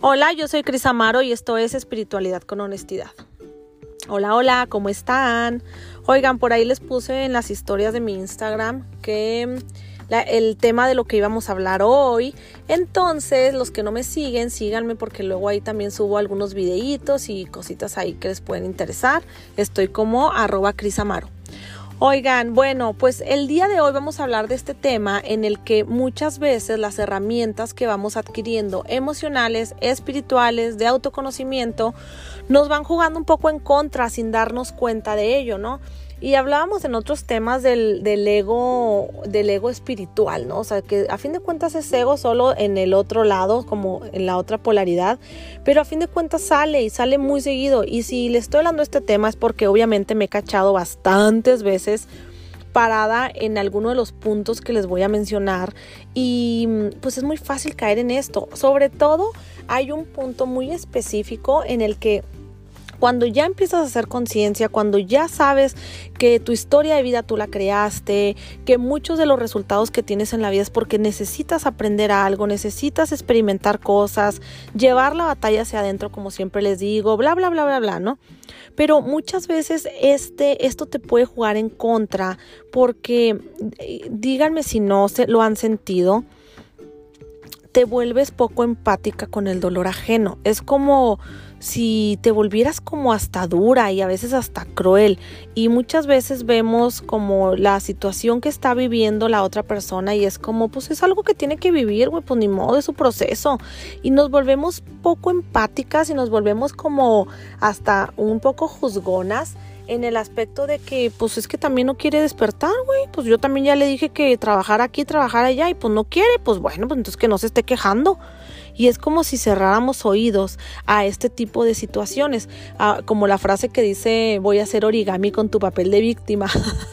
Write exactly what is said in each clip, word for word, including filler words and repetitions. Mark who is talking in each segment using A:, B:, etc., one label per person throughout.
A: Hola, yo soy Cris Amaro y esto es Espiritualidad con Honestidad. Hola, hola, ¿cómo están? Oigan, por ahí les puse en las historias de mi Instagram que la, el tema de lo que íbamos a hablar hoy. Entonces, los que no me siguen, síganme porque luego ahí también subo algunos videitos y cositas ahí que les pueden interesar. Estoy como arroba Cris Amaro. Oigan, bueno, pues el día de hoy vamos a hablar de este tema en el que muchas veces las herramientas que vamos adquiriendo emocionales, espirituales, de autoconocimiento, nos van jugando un poco en contra sin darnos cuenta de ello, ¿no? Y hablábamos en otros temas del, del ego, del ego espiritual, ¿no? O sea, que a fin de cuentas es ego solo en el otro lado, como en la otra polaridad, pero a fin de cuentas sale y sale muy seguido. Y si le estoy hablando de este tema es porque obviamente me he cachado bastantes veces parada en alguno de los puntos que les voy a mencionar y pues es muy fácil caer en esto. Sobre todo hay un punto muy específico en el que cuando ya empiezas a hacer conciencia, cuando ya sabes que tu historia de vida tú la creaste, que muchos de los resultados que tienes en la vida es porque necesitas aprender algo, necesitas experimentar cosas, llevar la batalla hacia adentro, como siempre les digo, bla, bla, bla, bla, bla, ¿no? Pero muchas veces este, esto te puede jugar en contra porque, díganme si no se lo han sentido, te vuelves poco empática con el dolor ajeno. Es como si te volvieras como hasta dura y a veces hasta cruel. Y muchas veces vemos como la situación que está viviendo la otra persona y es como, pues es algo que tiene que vivir, güey, pues ni modo, es su proceso. Y nos volvemos poco empáticas y nos volvemos como hasta un poco juzgonas en el aspecto de que, pues es que también no quiere despertar, güey, pues yo también ya le dije que trabajar aquí, trabajar allá y pues no quiere, pues bueno, pues entonces que no se esté quejando. Y es como si cerráramos oídos a este tipo de situaciones, ah, como la frase que dice, voy a hacer origami con tu papel de víctima.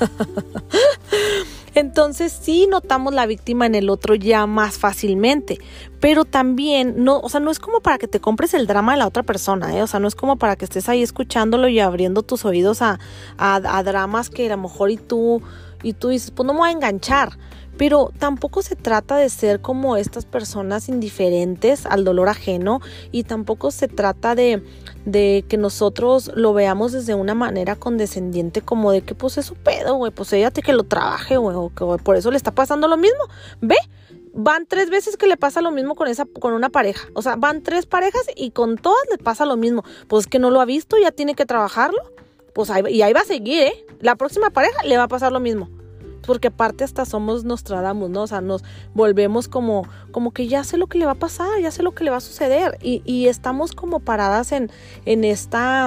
A: Entonces sí notamos la víctima en el otro ya más fácilmente, pero también, no, o sea, no es como para que te compres el drama de la otra persona, ¿eh? O sea, no es como para que estés ahí escuchándolo y abriendo tus oídos a, a, a dramas que a lo mejor y tú, y tú dices, pues no me voy a enganchar. Pero tampoco se trata de ser como estas personas indiferentes al dolor ajeno y tampoco se trata de, de que nosotros lo veamos desde una manera condescendiente como de que pues es su pedo, güey, pues ella te que lo trabaje, güey, o que por eso le está pasando lo mismo. Ve, van tres veces que le pasa lo mismo con esa, con una pareja, o sea, van tres parejas y con todas le pasa lo mismo. Pues que no lo ha visto, ya tiene que trabajarlo, pues ahí, y ahí va a seguir, ¿eh? La próxima pareja le va a pasar lo mismo. Porque aparte hasta somos Nostradamus, ¿no? O sea, nos volvemos como, como que ya sé lo que le va a pasar, ya sé lo que le va a suceder. Y, y estamos como paradas en, en esta,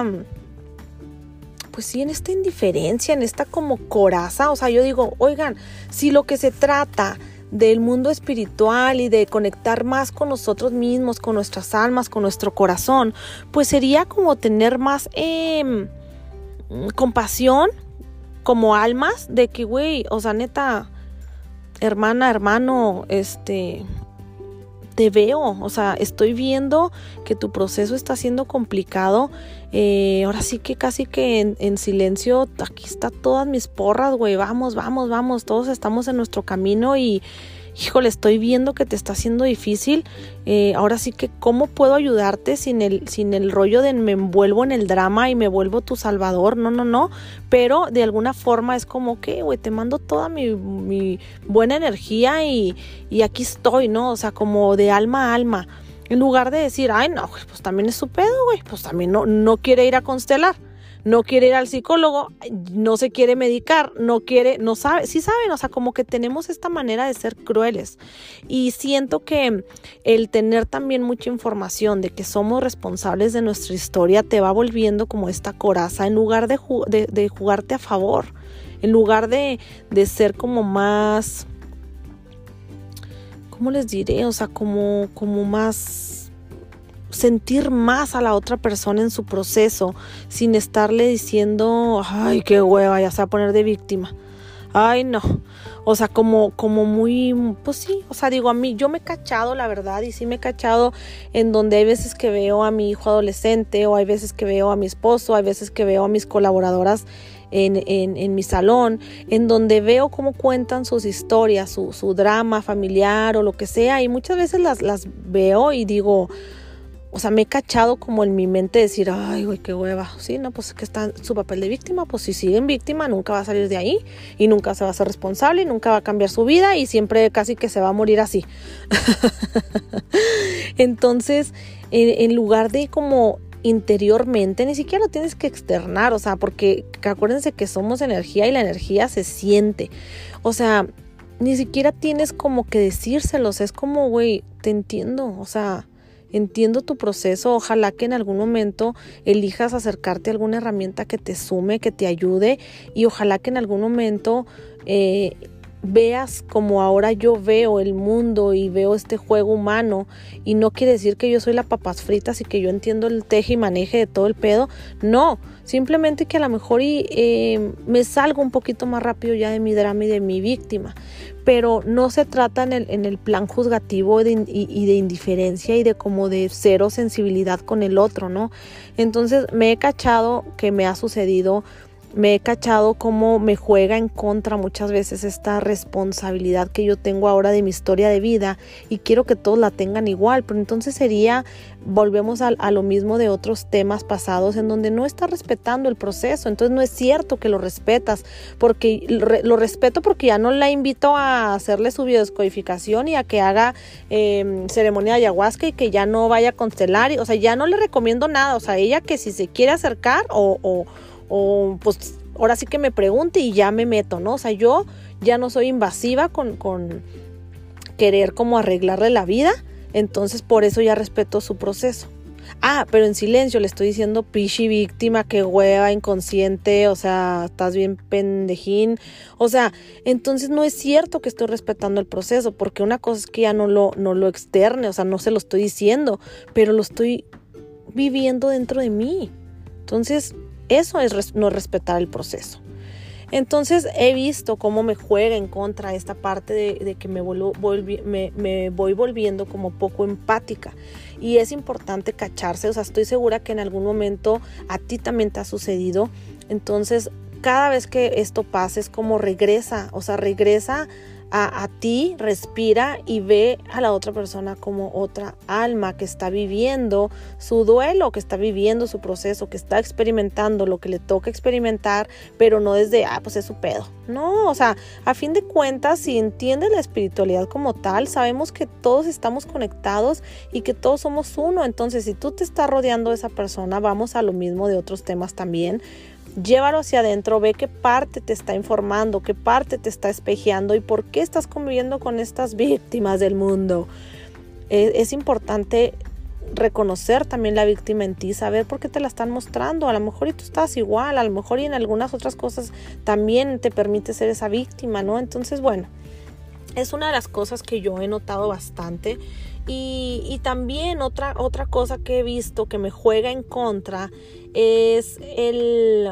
A: pues sí, en esta indiferencia, en esta como coraza. O sea, yo digo, oigan, si lo que se trata del mundo espiritual y de conectar más con nosotros mismos, con nuestras almas, con nuestro corazón, pues sería como tener más eh, compasión como almas, de que, güey, o sea, neta, hermana, hermano, este, te veo, o sea, estoy viendo que tu proceso está siendo complicado, eh, ahora sí que casi que en, en silencio, aquí está todas mis porras, güey, vamos, vamos, vamos, todos estamos en nuestro camino y, híjole, estoy viendo que te está haciendo difícil, eh, ahora sí que cómo puedo ayudarte sin el, sin el rollo de me envuelvo en el drama y me vuelvo tu salvador, no, no, no, pero de alguna forma es como que, güey, te mando toda mi, mi buena energía y, y aquí estoy, ¿no? O sea, como de alma a alma, en lugar de decir, ay, no, pues también es su pedo, güey, pues también no, no quiere ir a constelar. No quiere ir al psicólogo, no se quiere medicar, no quiere, no sabe, sí saben, o sea, como que tenemos esta manera de ser crueles. Y siento que el tener también mucha información de que somos responsables de nuestra historia te va volviendo como esta coraza en lugar de, ju- de, de jugarte a favor, en lugar de, de ser como más, ¿cómo les diré? O sea, como, como más sentir más a la otra persona en su proceso sin estarle diciendo, ay, qué hueva, ya se va a poner de víctima. Ay, no. O sea, como, como muy, pues sí, o sea, digo, a mí, yo me he cachado, la verdad, y sí me he cachado en donde hay veces que veo a mi hijo adolescente, o hay veces que veo a mi esposo, hay veces que veo a mis colaboradoras en, en, en mi salón, en donde veo cómo cuentan sus historias, su, su drama familiar o lo que sea, y muchas veces las, las veo y digo, o sea, me he cachado como en mi mente decir, ay, güey, qué hueva. Sí, no, pues que está en su papel de víctima, pues si sigue en víctima nunca va a salir de ahí y nunca se va a ser responsable y nunca va a cambiar su vida y siempre casi que se va a morir así. Entonces, en, en lugar de como interiormente, ni siquiera lo tienes que externar, o sea, porque acuérdense que somos energía y la energía se siente. O sea, ni siquiera tienes como que decírselos, es como, güey, te entiendo, o sea, entiendo tu proceso, ojalá que en algún momento elijas acercarte a alguna herramienta que te sume, que te ayude y ojalá que en algún momento eh, veas como ahora yo veo el mundo y veo este juego humano y no quiere decir que yo soy la papas fritas y que yo entiendo el teje y maneje de todo el pedo, no, simplemente que a lo mejor y, eh, me salgo un poquito más rápido ya de mi drama y de mi víctima, pero no se trata en el, en el plan juzgativo de, y, y de indiferencia y de como de cero sensibilidad con el otro, ¿no? Entonces me he cachado que me ha sucedido, me he cachado cómo me juega en contra muchas veces esta responsabilidad que yo tengo ahora de mi historia de vida y quiero que todos la tengan igual, pero entonces sería, volvemos a, a lo mismo de otros temas pasados en donde no estás respetando el proceso, entonces no es cierto que lo respetas, porque lo respeto porque ya no la invito a hacerle su biodescodificación y a que haga eh, ceremonia de ayahuasca y que ya no vaya a constelar, o sea, ya no le recomiendo nada, o sea, ella que si se quiere acercar o... o o pues ahora sí que me pregunte y ya me meto, ¿no? O sea, yo ya no soy invasiva con, con querer como arreglarle la vida, entonces por eso ya respeto su proceso. Ah, pero en silencio le estoy diciendo pichi víctima, que hueva, inconsciente, o sea, estás bien pendejín, o sea, entonces no es cierto que estoy respetando el proceso, porque una cosa es que ya no lo, no lo externe, o sea, no se lo estoy diciendo, pero lo estoy viviendo dentro de mí, entonces... Eso es res- no respetar el proceso. Entonces he visto cómo me juega en contra esta parte de, de que me, vuelvo, volvi- me, me voy volviendo como poco empática. Y es importante cacharse, o sea, estoy segura que en algún momento a ti también te ha sucedido. Entonces, cada vez que esto pasa es como regresa, o sea, regresa A, a ti, respira y ve a la otra persona como otra alma que está viviendo su duelo, que está viviendo su proceso, que está experimentando lo que le toca experimentar, pero no desde, ah, pues es su pedo. No, o sea, a fin de cuentas, si entiendes la espiritualidad como tal, sabemos que todos estamos conectados y que todos somos uno. Entonces, si tú te estás rodeando de esa persona, vamos a lo mismo de otros temas también. Llévalo hacia adentro, ve qué parte te está informando, qué parte te está espejeando y por qué estás conviviendo con estas víctimas del mundo. Es, es importante reconocer también la víctima en ti, saber por qué te la están mostrando. A lo mejor y tú estás igual, a lo mejor y en algunas otras cosas también te permite ser esa víctima, ¿no? Entonces, bueno, es una de las cosas que yo he notado bastante. Y, y también otra, otra cosa que he visto que me juega en contra es el...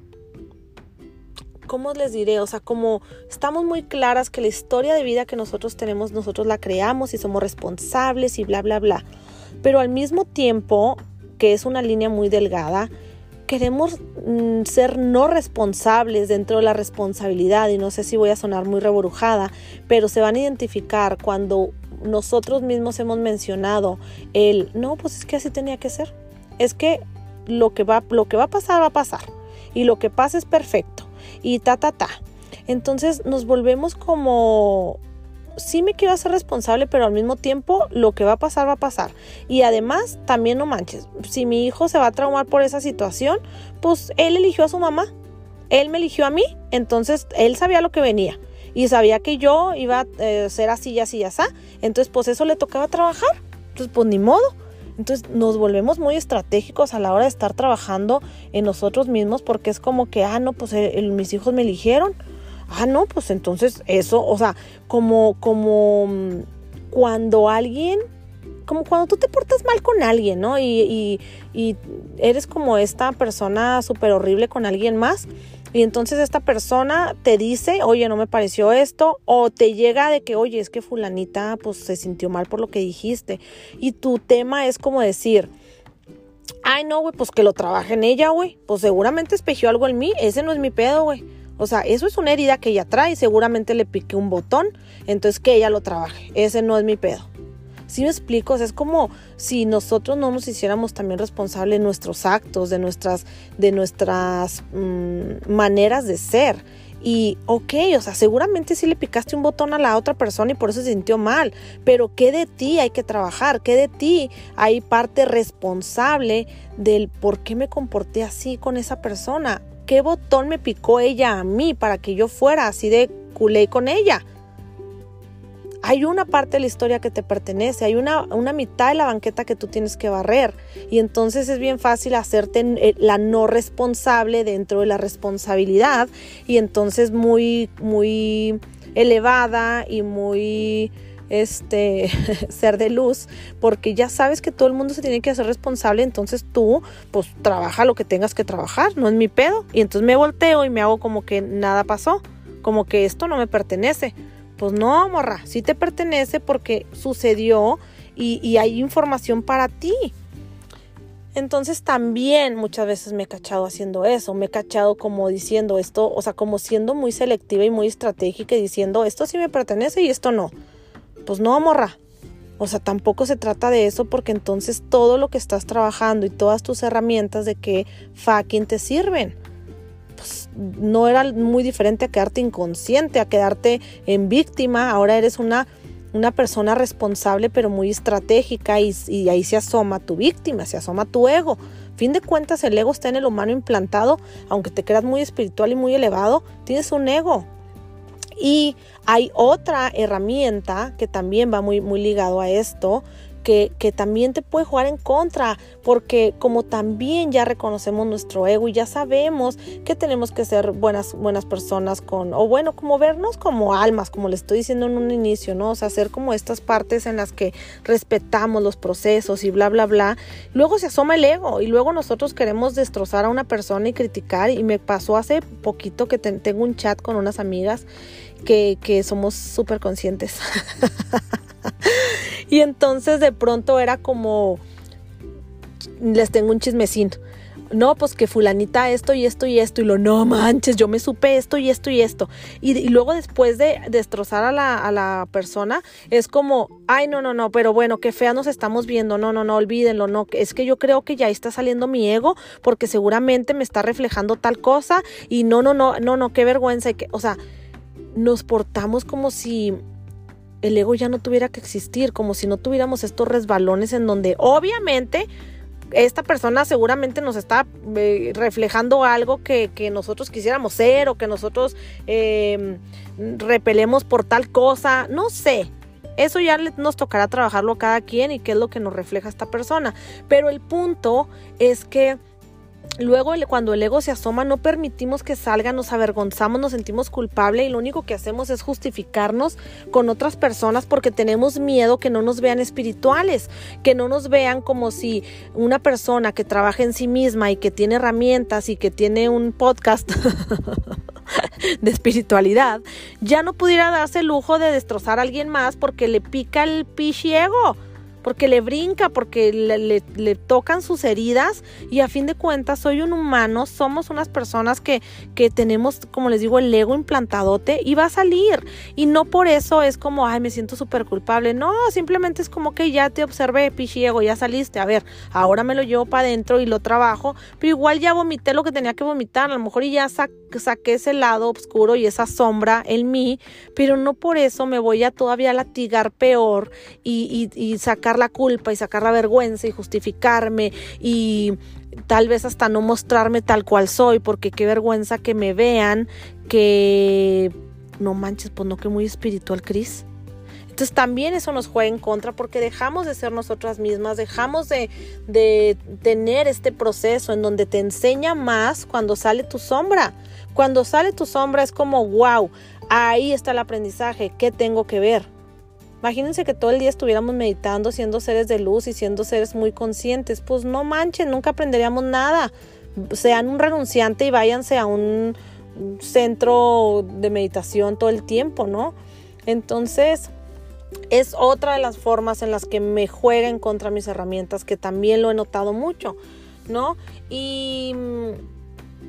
A: ¿Cómo les diré? O sea, como estamos muy claras que la historia de vida que nosotros tenemos, nosotros la creamos y somos responsables y bla, bla, bla. Pero al mismo tiempo, que es una línea muy delgada, queremos mm, ser no responsables dentro de la responsabilidad. Y no sé si voy a sonar muy reborujada, pero se van a identificar cuando nosotros mismos hemos mencionado el, no, pues es que así tenía que ser. Es que lo que va, lo que va a pasar, va a pasar. Y lo que pasa es perfecto. Y ta, ta, ta. Entonces nos volvemos como, sí me quiero hacer responsable, pero al mismo tiempo lo que va a pasar, va a pasar. Y además, también no manches, si mi hijo se va a traumar por esa situación, pues él eligió a su mamá. Él me eligió a mí, entonces él sabía lo que venía. Y sabía que yo iba a eh, ser así y así y así. Entonces, pues eso le tocaba trabajar. Entonces, pues ni modo. Entonces, nos volvemos muy estratégicos a la hora de estar trabajando en nosotros mismos porque es como que, ah, no, pues el, el, mis hijos me eligieron. Ah, no, pues entonces eso, o sea, como, como cuando alguien, como cuando tú te portas mal con alguien, ¿no? Y, y, y eres como esta persona súper horrible con alguien más. Y entonces esta persona te dice, oye, no me pareció esto, o te llega de que, oye, es que fulanita pues se sintió mal por lo que dijiste. Y tu tema es como decir, ay, no, güey, pues que lo trabaje en ella, güey. Pues seguramente espejeó algo en mí, ese no es mi pedo, güey. O sea, eso es una herida que ella trae, seguramente le piqué un botón, entonces que ella lo trabaje, ese no es mi pedo. ¿Sí me explico? O sea, es como si nosotros no nos hiciéramos también responsables de nuestros actos, de nuestras, de nuestras mmm, maneras de ser. Y ok, o sea, seguramente sí le picaste un botón a la otra persona y por eso se sintió mal, pero ¿qué de ti hay que trabajar? ¿Qué de ti hay parte responsable del por qué me comporté así con esa persona? ¿Qué botón me picó ella a mí para que yo fuera así de culé con ella? Hay una parte de la historia que te pertenece, hay una, una mitad de la banqueta que tú tienes que barrer y entonces es bien fácil hacerte la no responsable dentro de la responsabilidad y entonces muy, muy elevada y muy este ser de luz porque ya sabes que todo el mundo se tiene que hacer responsable, entonces tú pues trabaja lo que tengas que trabajar, no es mi pedo y entonces me volteo y me hago como que nada pasó, como que esto no me pertenece. Pues no, morra, sí te pertenece porque sucedió y, y hay información para ti. Entonces también muchas veces me he cachado haciendo eso, me he cachado como diciendo esto, o sea, como siendo muy selectiva y muy estratégica y diciendo esto sí me pertenece y esto no. Pues no, morra. O sea, tampoco se trata de eso porque entonces todo lo que estás trabajando y todas tus herramientas de qué fucking te sirven. Pues no era muy diferente a quedarte inconsciente, a quedarte en víctima. Ahora eres una, una persona responsable pero muy estratégica y, y ahí se asoma tu víctima, se asoma tu ego. Fin de cuentas el ego está en el humano implantado, aunque te creas muy espiritual y muy elevado, tienes un ego. Y hay otra herramienta que también va muy, muy ligado a esto, que, que también te puede jugar en contra, porque como también ya reconocemos nuestro ego y ya sabemos que tenemos que ser buenas, buenas personas con, o bueno, como vernos como almas, como le estoy diciendo en un inicio, ¿no? O sea, hacer como estas partes en las que respetamos los procesos y bla, bla, bla. Luego se asoma el ego y luego nosotros queremos destrozar a una persona y criticar, y me pasó hace poquito que te, tengo un chat con unas amigas que, que somos súper conscientes. Y entonces de pronto era como, les tengo un chismecín. No, pues que fulanita esto y esto y esto. Y lo, no manches, yo me supe esto y esto y esto. Y, y luego después de destrozar a la, a la persona, es como, ay, no, no, no, pero bueno, qué fea nos estamos viendo. No, no, no, olvídenlo. No, es que yo creo que ya está saliendo mi ego porque seguramente me está reflejando tal cosa. Y no, no, no, no, no, qué vergüenza. Y que, o sea, nos portamos como si el ego ya no tuviera que existir, como si no tuviéramos estos resbalones en donde obviamente esta persona seguramente nos está eh, reflejando algo que, que nosotros quisiéramos ser o que nosotros eh, repelemos por tal cosa, no sé. Eso ya nos tocará trabajarlo a cada quien y qué es lo que nos refleja esta persona. Pero el punto es que luego cuando el ego se asoma no permitimos que salga, nos avergonzamos, nos sentimos culpables y lo único que hacemos es justificarnos con otras personas porque tenemos miedo que no nos vean espirituales, que no nos vean como si una persona que trabaja en sí misma y que tiene herramientas y que tiene un podcast de espiritualidad ya no pudiera darse el lujo de destrozar a alguien más porque le pica el pichi ego, porque le brinca, porque le, le, le tocan sus heridas y a fin de cuentas soy un humano, somos unas personas que, que tenemos, como les digo, el ego implantadote y va a salir. Y no por eso es como, ay, me siento súper culpable. No, simplemente es como que ya te observé, pichi ego, ya saliste. A ver, ahora me lo llevo para adentro y lo trabajo, pero igual ya vomité lo que tenía que vomitar. A lo mejor ya sa- saqué ese lado oscuro y esa sombra en mí, pero no por eso me voy a todavía latigar peor y, y, y sacar la culpa y sacar la vergüenza y justificarme y tal vez hasta no mostrarme tal cual soy, porque qué vergüenza que me vean que no manches, pues no, que muy espiritual, Cris. Entonces también eso nos juega en contra porque dejamos de ser nosotras mismas, dejamos de, de tener este proceso en donde te enseña más cuando sale tu sombra. Cuando sale tu sombra es como, wow, ahí está el aprendizaje, ¿qué tengo que ver? Imagínense que todo el día estuviéramos meditando, siendo seres de luz y siendo seres muy conscientes. Pues no manchen, nunca aprenderíamos nada. Sean un renunciante y váyanse a un centro de meditación todo el tiempo, ¿no? Entonces, es otra de las formas en las que me juega en contra mis herramientas, que también lo he notado mucho, ¿no? Y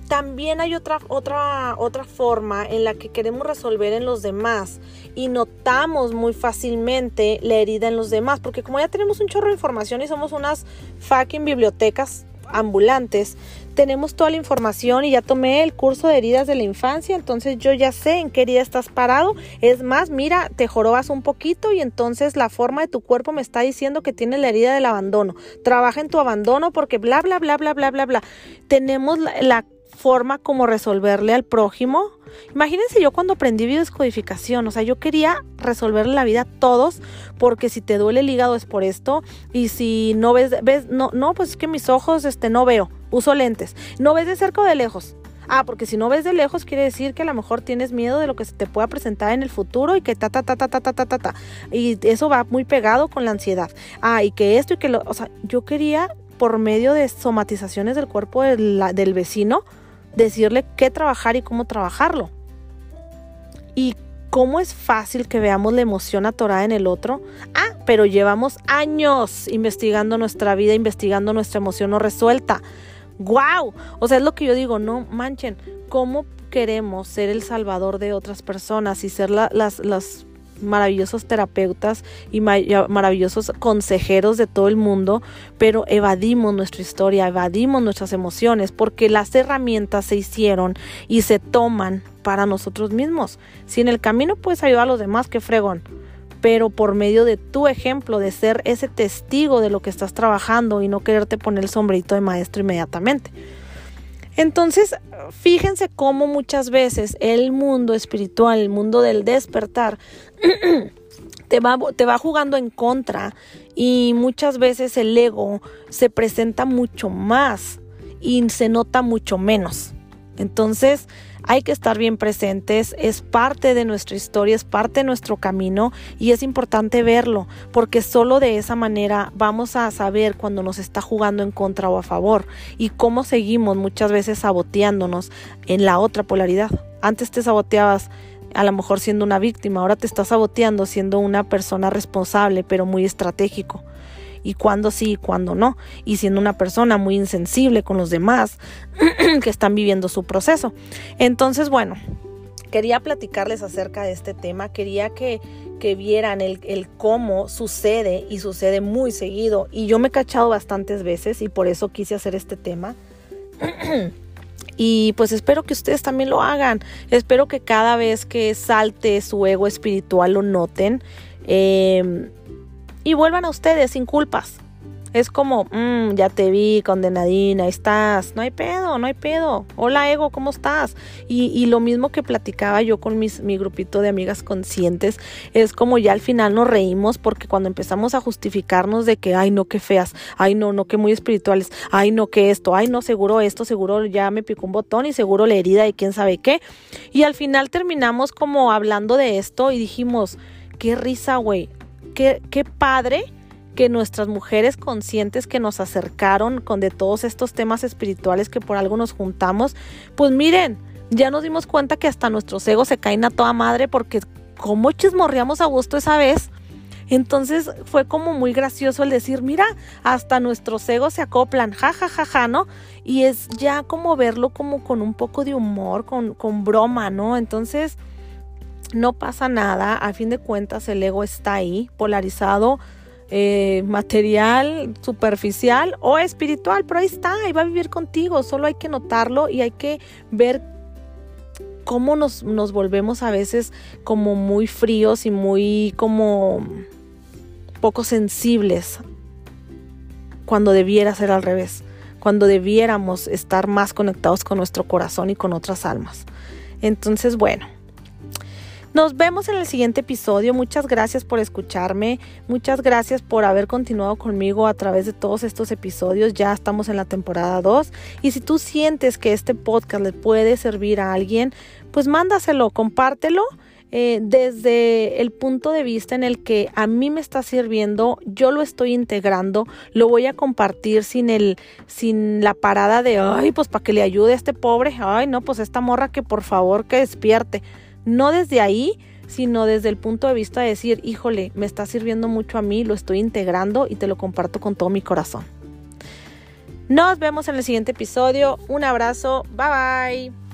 A: también hay otra, otra, otra forma en la que queremos resolver en los demás y notamos muy fácilmente la herida en los demás, porque como ya tenemos un chorro de información y somos unas fucking bibliotecas ambulantes, tenemos toda la información y ya tomé el curso de heridas de la infancia, entonces yo ya sé en qué herida estás parado. Es más, mira, te jorobas un poquito y entonces la forma de tu cuerpo me está diciendo que tienes la herida del abandono. Trabaja en tu abandono porque bla, bla, bla, bla, bla, bla, bla. Tenemos la, la forma como resolverle al prójimo. Imagínense yo cuando aprendí biodescodificación, o sea, yo quería resolverle la vida a todos, porque si te duele el hígado es por esto, y si no ves, ves, no, no, pues es que mis ojos, este, no veo, uso lentes, no ves de cerca o de lejos. Ah, porque si no ves de lejos quiere decir que a lo mejor tienes miedo de lo que se te pueda presentar en el futuro y que ta, ta, ta, ta, ta, ta, ta, ta, ta. Y eso va muy pegado con la ansiedad. Ah, y que esto y que lo, o sea, yo quería por medio de somatizaciones del cuerpo de la, del vecino, decirle qué trabajar y cómo trabajarlo. Y cómo es fácil que veamos la emoción atorada en el otro. Ah, pero llevamos años investigando nuestra vida, investigando nuestra emoción no resuelta. ¡Guau! O sea, es lo que yo digo, no manchen, ¿cómo queremos ser el salvador de otras personas y ser la, las, las maravillosos terapeutas y ma- maravillosos consejeros de todo el mundo, pero evadimos nuestra historia, evadimos nuestras emociones, porque las herramientas se hicieron y se toman para nosotros mismos? Si en el camino puedes ayudar a los demás, qué fregón, pero por medio de tu ejemplo, de ser ese testigo de lo que estás trabajando y no quererte poner el sombrerito de maestro inmediatamente. Entonces, fíjense cómo muchas veces el mundo espiritual, el mundo del despertar, te va, te va jugando en contra, y muchas veces el ego se presenta mucho más y se nota mucho menos. Entonces, hay que estar bien presentes, es parte de nuestra historia, es parte de nuestro camino, y es importante verlo, porque solo de esa manera vamos a saber cuando nos está jugando en contra o a favor, y cómo seguimos muchas veces saboteándonos en la otra polaridad. Antes te saboteabas a lo mejor siendo una víctima, ahora te estás saboteando siendo una persona responsable, pero muy estratégico. Y cuándo sí y cuándo no, y siendo una persona muy insensible con los demás que están viviendo su proceso. Entonces, bueno, quería platicarles acerca de este tema, quería que, que vieran el, el cómo sucede, y sucede muy seguido, y yo me he cachado bastantes veces, y por eso quise hacer este tema. Y pues espero que ustedes también lo hagan, espero que cada vez que salte su ego espiritual lo noten, eh, y vuelvan a ustedes sin culpas. Es como, mmm, ya te vi, condenadina, ahí estás, no hay pedo, no hay pedo. Hola ego, ¿cómo estás? Y, y lo mismo que platicaba yo con mis, mi grupito de amigas conscientes, es como ya al final nos reímos, porque cuando empezamos a justificarnos de que, ay no, qué feas, ay no, no, que muy espirituales, ay no, que esto, ay no, seguro esto, seguro ya me picó un botón y seguro la herida y quién sabe qué. Y al final terminamos como hablando de esto y dijimos, qué risa, güey. Qué, qué padre que nuestras mujeres conscientes que nos acercaron con de todos estos temas espirituales que por algo nos juntamos, pues miren, ya nos dimos cuenta que hasta nuestros egos se caen a toda madre, porque cómo chismorreamos a gusto esa vez. Entonces fue como muy gracioso el decir, mira, hasta nuestros egos se acoplan, ja, ja, ja, ja, ¿no? Y es ya como verlo como con un poco de humor, con, con broma, ¿no? Entonces no pasa nada, a fin de cuentas el ego está ahí, polarizado, eh, material, superficial o espiritual, pero ahí está, ahí va a vivir contigo, solo hay que notarlo y hay que ver cómo nos, nos volvemos a veces como muy fríos y muy como poco sensibles, cuando debiera ser al revés, cuando debiéramos estar más conectados con nuestro corazón y con otras almas. Entonces, bueno, nos vemos en el siguiente episodio. Muchas gracias por escucharme. Muchas gracias por haber continuado conmigo a través de todos estos episodios. Ya estamos en la temporada dos. Y si tú sientes que este podcast le puede servir a alguien, pues mándaselo, compártelo. Eh, desde el punto de vista en el que a mí me está sirviendo, yo lo estoy integrando, lo voy a compartir sin el, sin la parada de, ay, pues para que le ayude a este pobre, ay, no, pues esta morra que por favor que despierte. No desde ahí, sino desde el punto de vista de decir, híjole, me está sirviendo mucho a mí, lo estoy integrando y te lo comparto con todo mi corazón. Nos vemos en el siguiente episodio. Un abrazo. Bye bye.